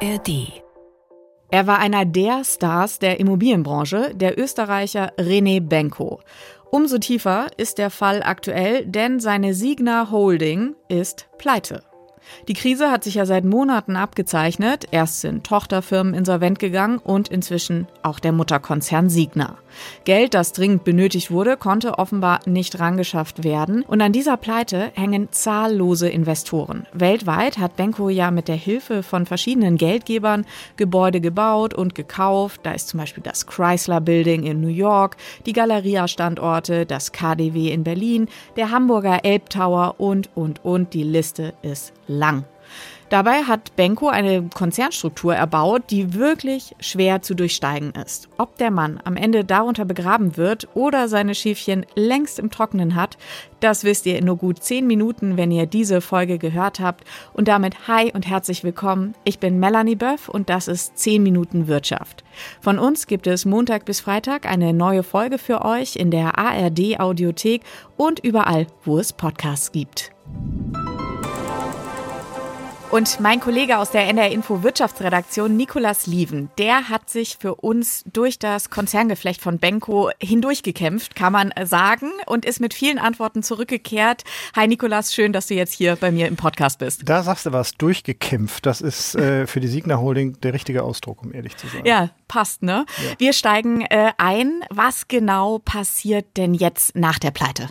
ARD. Er war einer der Stars der Immobilienbranche, der Österreicher René Benko. Umso tiefer ist der Fall aktuell, denn seine Signa Holding ist pleite. Die Krise hat sich ja seit Monaten abgezeichnet. Erst sind Tochterfirmen insolvent gegangen und inzwischen auch der Mutterkonzern Signa. Geld, das dringend benötigt wurde, konnte offenbar nicht rangeschafft werden. Und an dieser Pleite hängen zahllose Investoren. Weltweit hat Benko ja mit der Hilfe von verschiedenen Geldgebern Gebäude gebaut und gekauft. Da ist zum Beispiel das Chrysler Building in New York, die Galeria-Standorte, das KaDeWe in Berlin, der Hamburger Elbtower und. Die Liste ist lang. Dabei hat Benko eine Konzernstruktur erbaut, die wirklich schwer zu durchsteigen ist. Ob der Mann am Ende darunter begraben wird oder seine Schäfchen längst im Trockenen hat, das wisst ihr in nur gut 10 Minuten, wenn ihr diese Folge gehört habt. Und damit hi und herzlich willkommen. Ich bin Melanie Böff und das ist 10 Minuten Wirtschaft. Von uns gibt es Montag bis Freitag eine neue Folge für euch in der ARD Audiothek und überall, wo es Podcasts gibt. Und mein Kollege aus der NDR Info Wirtschaftsredaktion, Nicolas Lieven, der hat sich für uns durch das Konzerngeflecht von Benko hindurchgekämpft, kann man sagen, und ist mit vielen Antworten zurückgekehrt. Hi Nicolas, schön, dass du jetzt hier bei mir im Podcast bist. Da sagst du was, durchgekämpft. Das ist für die Signa Holding der richtige Ausdruck, um ehrlich zu sein. Ja, passt, ne? Ja. Wir steigen ein. Was genau passiert denn jetzt nach der Pleite?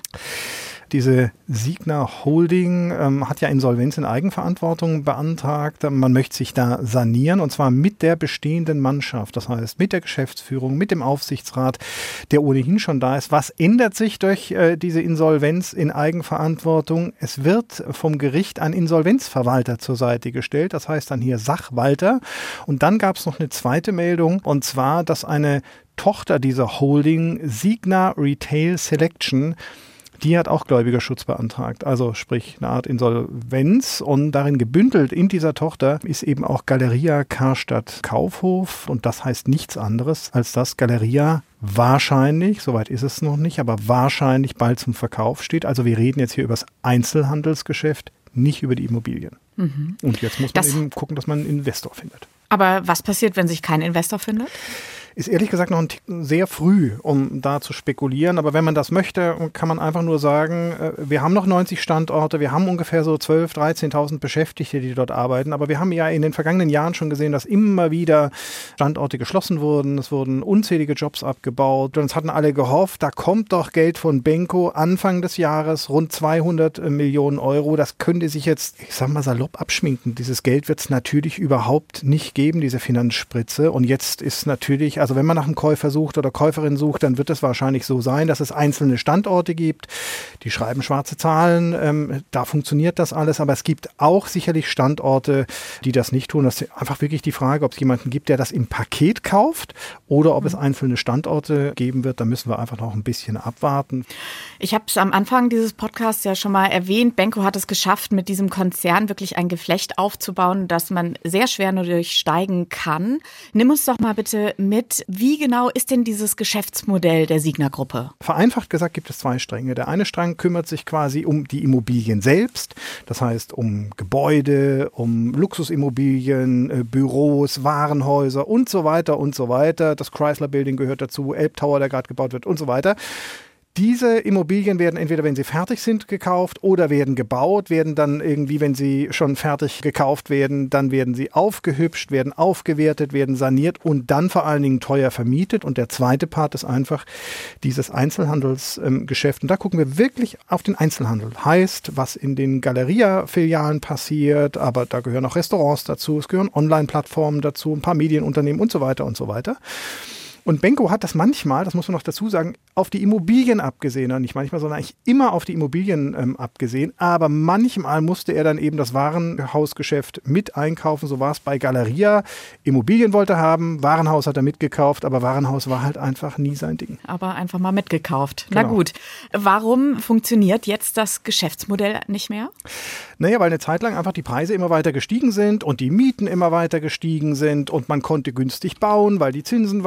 Diese Signa Holding hat ja Insolvenz in Eigenverantwortung beantragt. Man möchte sich da sanieren und zwar mit der bestehenden Mannschaft. Das heißt mit der Geschäftsführung, mit dem Aufsichtsrat, der ohnehin schon da ist. Was ändert sich durch diese Insolvenz in Eigenverantwortung? Es wird vom Gericht ein Insolvenzverwalter zur Seite gestellt. Das heißt dann hier Sachwalter. Und dann gab es noch eine zweite Meldung und zwar, dass eine Tochter dieser Holding, Signa Retail Selection, die hat auch Gläubigerschutz beantragt, also sprich eine Art Insolvenz, und darin gebündelt in dieser Tochter ist eben auch Galeria Karstadt Kaufhof, und das heißt nichts anderes, als dass Galeria wahrscheinlich, soweit ist es noch nicht, aber wahrscheinlich bald zum Verkauf steht. Also wir reden jetzt hier über das Einzelhandelsgeschäft, nicht über die Immobilien. Mhm. Und jetzt muss man eben gucken, dass man einen Investor findet. Aber was passiert, wenn sich kein Investor findet? Ist ehrlich gesagt noch sehr früh, um da zu spekulieren. Aber wenn man das möchte, kann man einfach nur sagen, wir haben noch 90 Standorte, wir haben ungefähr so 12.000, 13.000 Beschäftigte, die dort arbeiten. Aber wir haben ja in den vergangenen Jahren schon gesehen, dass immer wieder Standorte geschlossen wurden. Es wurden unzählige Jobs abgebaut. Und es hatten alle gehofft, da kommt doch Geld von Benko Anfang des Jahres, rund 200 Millionen Euro. Das könnte sich jetzt, ich sag mal salopp, abschminken. Dieses Geld wird es natürlich überhaupt nicht geben, diese Finanzspritze. Und jetzt ist natürlich, also wenn man nach einem Käufer sucht oder Käuferin sucht, dann wird es wahrscheinlich so sein, dass es einzelne Standorte gibt, die schreiben schwarze Zahlen, da funktioniert das alles, aber es gibt auch sicherlich Standorte, die das nicht tun. Das ist einfach wirklich die Frage, ob es jemanden gibt, der das im Paket kauft oder ob es einzelne Standorte geben wird. Da müssen wir einfach noch ein bisschen abwarten. Ich habe es am Anfang dieses Podcasts ja schon mal erwähnt, Benko hat es geschafft, mit diesem Konzern wirklich ein Geflecht aufzubauen, das man sehr schwer nur durchsteigen kann. Nimm uns doch mal bitte mit, wie genau ist denn dieses Geschäftsmodell der Signa-Gruppe? Vereinfacht gesagt gibt es 2 Stränge. Der eine Strang kümmert sich quasi um die Immobilien selbst, das heißt um Gebäude, um Luxusimmobilien, Büros, Warenhäuser und so weiter und so weiter. Das Chrysler Building gehört dazu, Elbtower, der gerade gebaut wird und so weiter. Diese Immobilien werden entweder, wenn sie fertig sind, gekauft oder werden gebaut, werden dann irgendwie, wenn sie schon fertig gekauft werden, dann werden sie aufgehübscht, werden aufgewertet, werden saniert und dann vor allen Dingen teuer vermietet. Und der zweite Part ist einfach dieses Einzelhandelsgeschäft. Und da gucken wir wirklich auf den Einzelhandel. Heißt, was in den Galeria-Filialen passiert, aber da gehören auch Restaurants dazu, es gehören Online-Plattformen dazu, ein paar Medienunternehmen und so weiter und so weiter. Und Benko hat das manchmal, das muss man noch dazu sagen, auf die Immobilien abgesehen, oder nicht manchmal, sondern eigentlich immer auf die Immobilien abgesehen. Aber manchmal musste er dann eben das Warenhausgeschäft mit einkaufen. So war es bei Galeria. Immobilien wollte er haben, Warenhaus hat er mitgekauft, aber Warenhaus war halt einfach nie sein Ding. Aber einfach mal mitgekauft. Genau. Na gut. Warum funktioniert jetzt das Geschäftsmodell nicht mehr? Naja, weil eine Zeit lang einfach die Preise immer weiter gestiegen sind und die Mieten immer weiter gestiegen sind und man konnte günstig bauen, weil die Zinsen waren niedrig.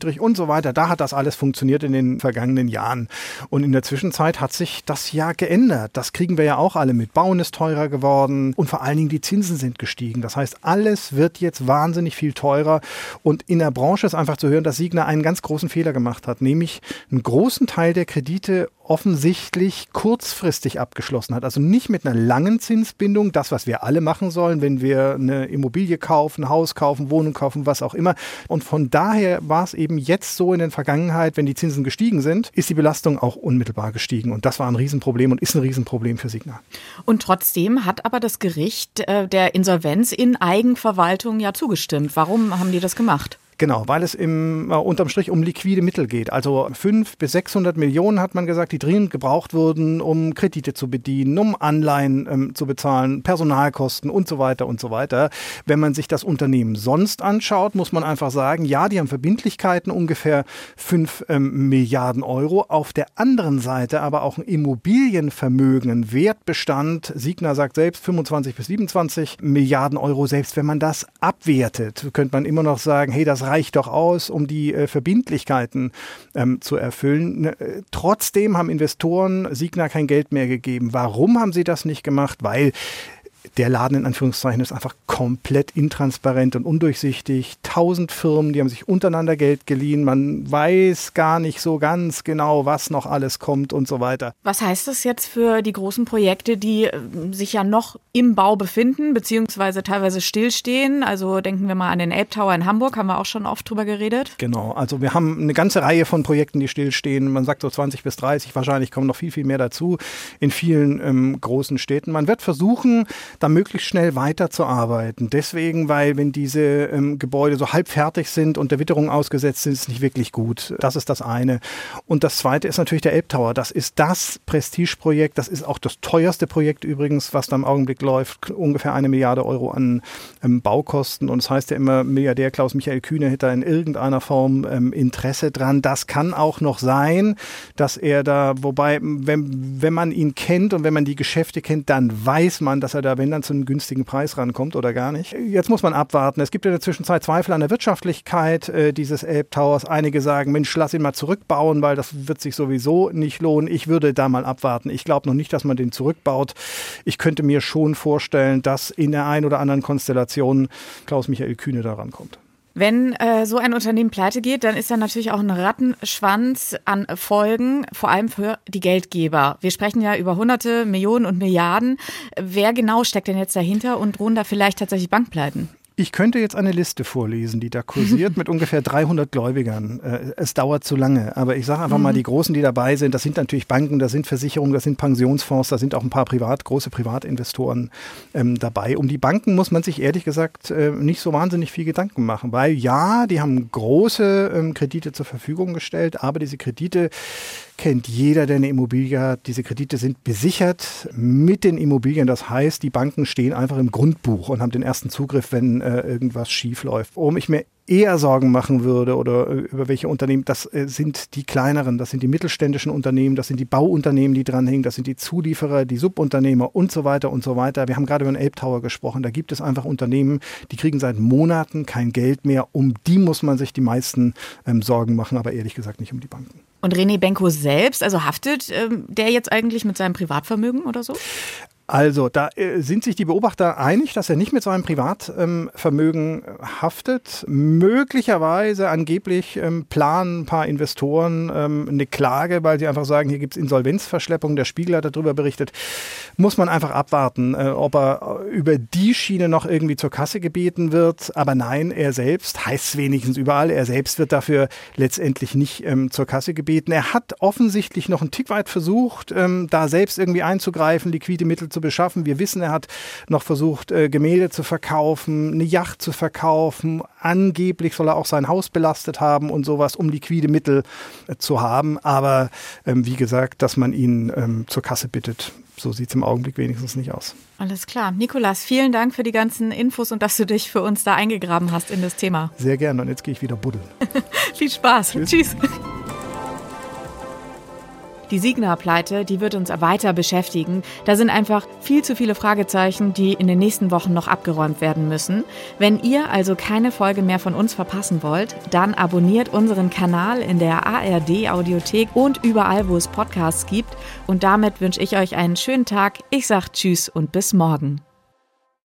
Schrägstrich und so weiter. Da hat das alles funktioniert in den vergangenen Jahren. Und in der Zwischenzeit hat sich das ja geändert. Das kriegen wir ja auch alle mit. Bauen ist teurer geworden und vor allen Dingen die Zinsen sind gestiegen. Das heißt, alles wird jetzt wahnsinnig viel teurer. Und in der Branche ist einfach zu hören, dass Signa einen ganz großen Fehler gemacht hat, nämlich einen großen Teil der Kredite offensichtlich kurzfristig abgeschlossen hat. Also nicht mit einer langen Zinsbindung, das, was wir alle machen sollen, wenn wir eine Immobilie kaufen, Haus kaufen, Wohnung kaufen, was auch immer. Und von daher war es eben jetzt so in der Vergangenheit, wenn die Zinsen gestiegen sind, ist die Belastung auch unmittelbar gestiegen. Und das war ein Riesenproblem und ist ein Riesenproblem für Signa. Und trotzdem hat aber das Gericht der Insolvenz in Eigenverwaltung ja zugestimmt. Warum haben die das gemacht? Genau, weil es unterm Strich um liquide Mittel geht. Also 500 bis 600 Millionen hat man gesagt, die dringend gebraucht wurden, um Kredite zu bedienen, um Anleihen zu bezahlen, Personalkosten und so weiter und so weiter. Wenn man sich das Unternehmen sonst anschaut, muss man einfach sagen, ja, die haben Verbindlichkeiten, ungefähr 5 Milliarden Euro. Auf der anderen Seite aber auch ein Immobilienvermögen, ein Wertbestand. Signa sagt selbst 25 bis 27 Milliarden Euro. Selbst wenn man das abwertet, könnte man immer noch sagen, hey, das reicht doch aus, um die Verbindlichkeiten zu erfüllen. Trotzdem haben Investoren Signa kein Geld mehr gegeben. Warum haben sie das nicht gemacht? Weil der Laden in Anführungszeichen ist einfach komplett intransparent und undurchsichtig. 1000 Firmen, die haben sich untereinander Geld geliehen. Man weiß gar nicht so ganz genau, was noch alles kommt und so weiter. Was heißt das jetzt für die großen Projekte, die sich ja noch im Bau befinden, beziehungsweise teilweise stillstehen? Also denken wir mal an den Elbtower in Hamburg, haben wir auch schon oft drüber geredet. Genau, also wir haben eine ganze Reihe von Projekten, die stillstehen. Man sagt so 20 bis 30, wahrscheinlich kommen noch viel, viel mehr dazu in vielen großen Städten. Man wird versuchen, da möglichst schnell weiterzuarbeiten. Deswegen, weil wenn diese Gebäude so halb fertig sind und der Witterung ausgesetzt sind, ist es nicht wirklich gut. Das ist das eine. Und das zweite ist natürlich der Elbtower. Das ist das Prestigeprojekt. Das ist auch das teuerste Projekt übrigens, was da im Augenblick läuft. Ungefähr 1 Milliarde Euro an Baukosten. Und das heißt ja immer, Milliardär Klaus-Michael Kühne hätte da in irgendeiner Form Interesse dran. Das kann auch noch sein, dass er da, wobei, wenn man ihn kennt und wenn man die Geschäfte kennt, dann weiß man, dass er da, wenn dann zu einem günstigen Preis rankommt oder gar nicht. Jetzt muss man abwarten. Es gibt in der Zwischenzeit Zweifel an der Wirtschaftlichkeit dieses Elbtowers. Einige sagen, Mensch, lass ihn mal zurückbauen, weil das wird sich sowieso nicht lohnen. Ich würde da mal abwarten. Ich glaube noch nicht, dass man den zurückbaut. Ich könnte mir schon vorstellen, dass in der einen oder anderen Konstellation Klaus-Michael Kühne da rankommt. Wenn so ein Unternehmen pleite geht, dann ist da natürlich auch ein Rattenschwanz an Folgen, vor allem für die Geldgeber. Wir sprechen ja über Hunderte, Millionen und Milliarden. Wer genau steckt denn jetzt dahinter und drohen da vielleicht tatsächlich Bankpleiten? Ich könnte jetzt eine Liste vorlesen, die da kursiert mit ungefähr 300 Gläubigern. Es dauert zu lange, aber ich sage einfach mal, die Großen, die dabei sind, das sind natürlich Banken, das sind Versicherungen, das sind Pensionsfonds, da sind auch ein paar große Privatinvestoren dabei. Um die Banken muss man sich ehrlich gesagt nicht so wahnsinnig viel Gedanken machen, weil ja, die haben große Kredite zur Verfügung gestellt, aber diese Kredite kennt jeder, der eine Immobilie hat. Diese Kredite sind besichert mit den Immobilien. Das heißt, die Banken stehen einfach im Grundbuch und haben den ersten Zugriff, wenn irgendwas schief läuft. Worum ich mir eher Sorgen machen würde oder über welche Unternehmen, das sind die kleineren, das sind die mittelständischen Unternehmen, das sind die Bauunternehmen, die dranhängen, das sind die Zulieferer, die Subunternehmer und so weiter und so weiter. Wir haben gerade über den Elbtower gesprochen, da gibt es einfach Unternehmen, die kriegen seit Monaten kein Geld mehr. Um die muss man sich die meisten Sorgen machen, aber ehrlich gesagt nicht um die Banken. Und René Benko selbst, also haftet der jetzt eigentlich mit seinem Privatvermögen oder so? Also da sind sich die Beobachter einig, dass er nicht mit seinem Privatvermögen haftet. Möglicherweise angeblich planen ein paar Investoren eine Klage, weil sie einfach sagen, hier gibt es Insolvenzverschleppung. Der Spiegel hat darüber berichtet. Muss man einfach abwarten, ob er über die Schiene noch irgendwie zur Kasse gebeten wird. Aber nein, er selbst, heißt es wenigstens überall, er selbst wird dafür letztendlich nicht zur Kasse gebeten. Er hat offensichtlich noch einen Tick weit versucht, da selbst irgendwie einzugreifen, liquide Mittel zu beschaffen. Wir wissen, er hat noch versucht, Gemälde zu verkaufen, eine Yacht zu verkaufen. Angeblich soll er auch sein Haus belastet haben und sowas, um liquide Mittel zu haben. Aber wie gesagt, dass man ihn zur Kasse bittet, so sieht es im Augenblick wenigstens nicht aus. Alles klar. Nikolas, vielen Dank für die ganzen Infos und dass du dich für uns da eingegraben hast in das Thema. Sehr gerne. Und jetzt gehe ich wieder buddeln. Viel Spaß. Tschüss. Die Signa-Pleite, die wird uns weiter beschäftigen. Da sind einfach viel zu viele Fragezeichen, die in den nächsten Wochen noch abgeräumt werden müssen. Wenn ihr also keine Folge mehr von uns verpassen wollt, dann abonniert unseren Kanal in der ARD-Audiothek und überall, wo es Podcasts gibt. Und damit wünsche ich euch einen schönen Tag. Ich sage Tschüss und bis morgen.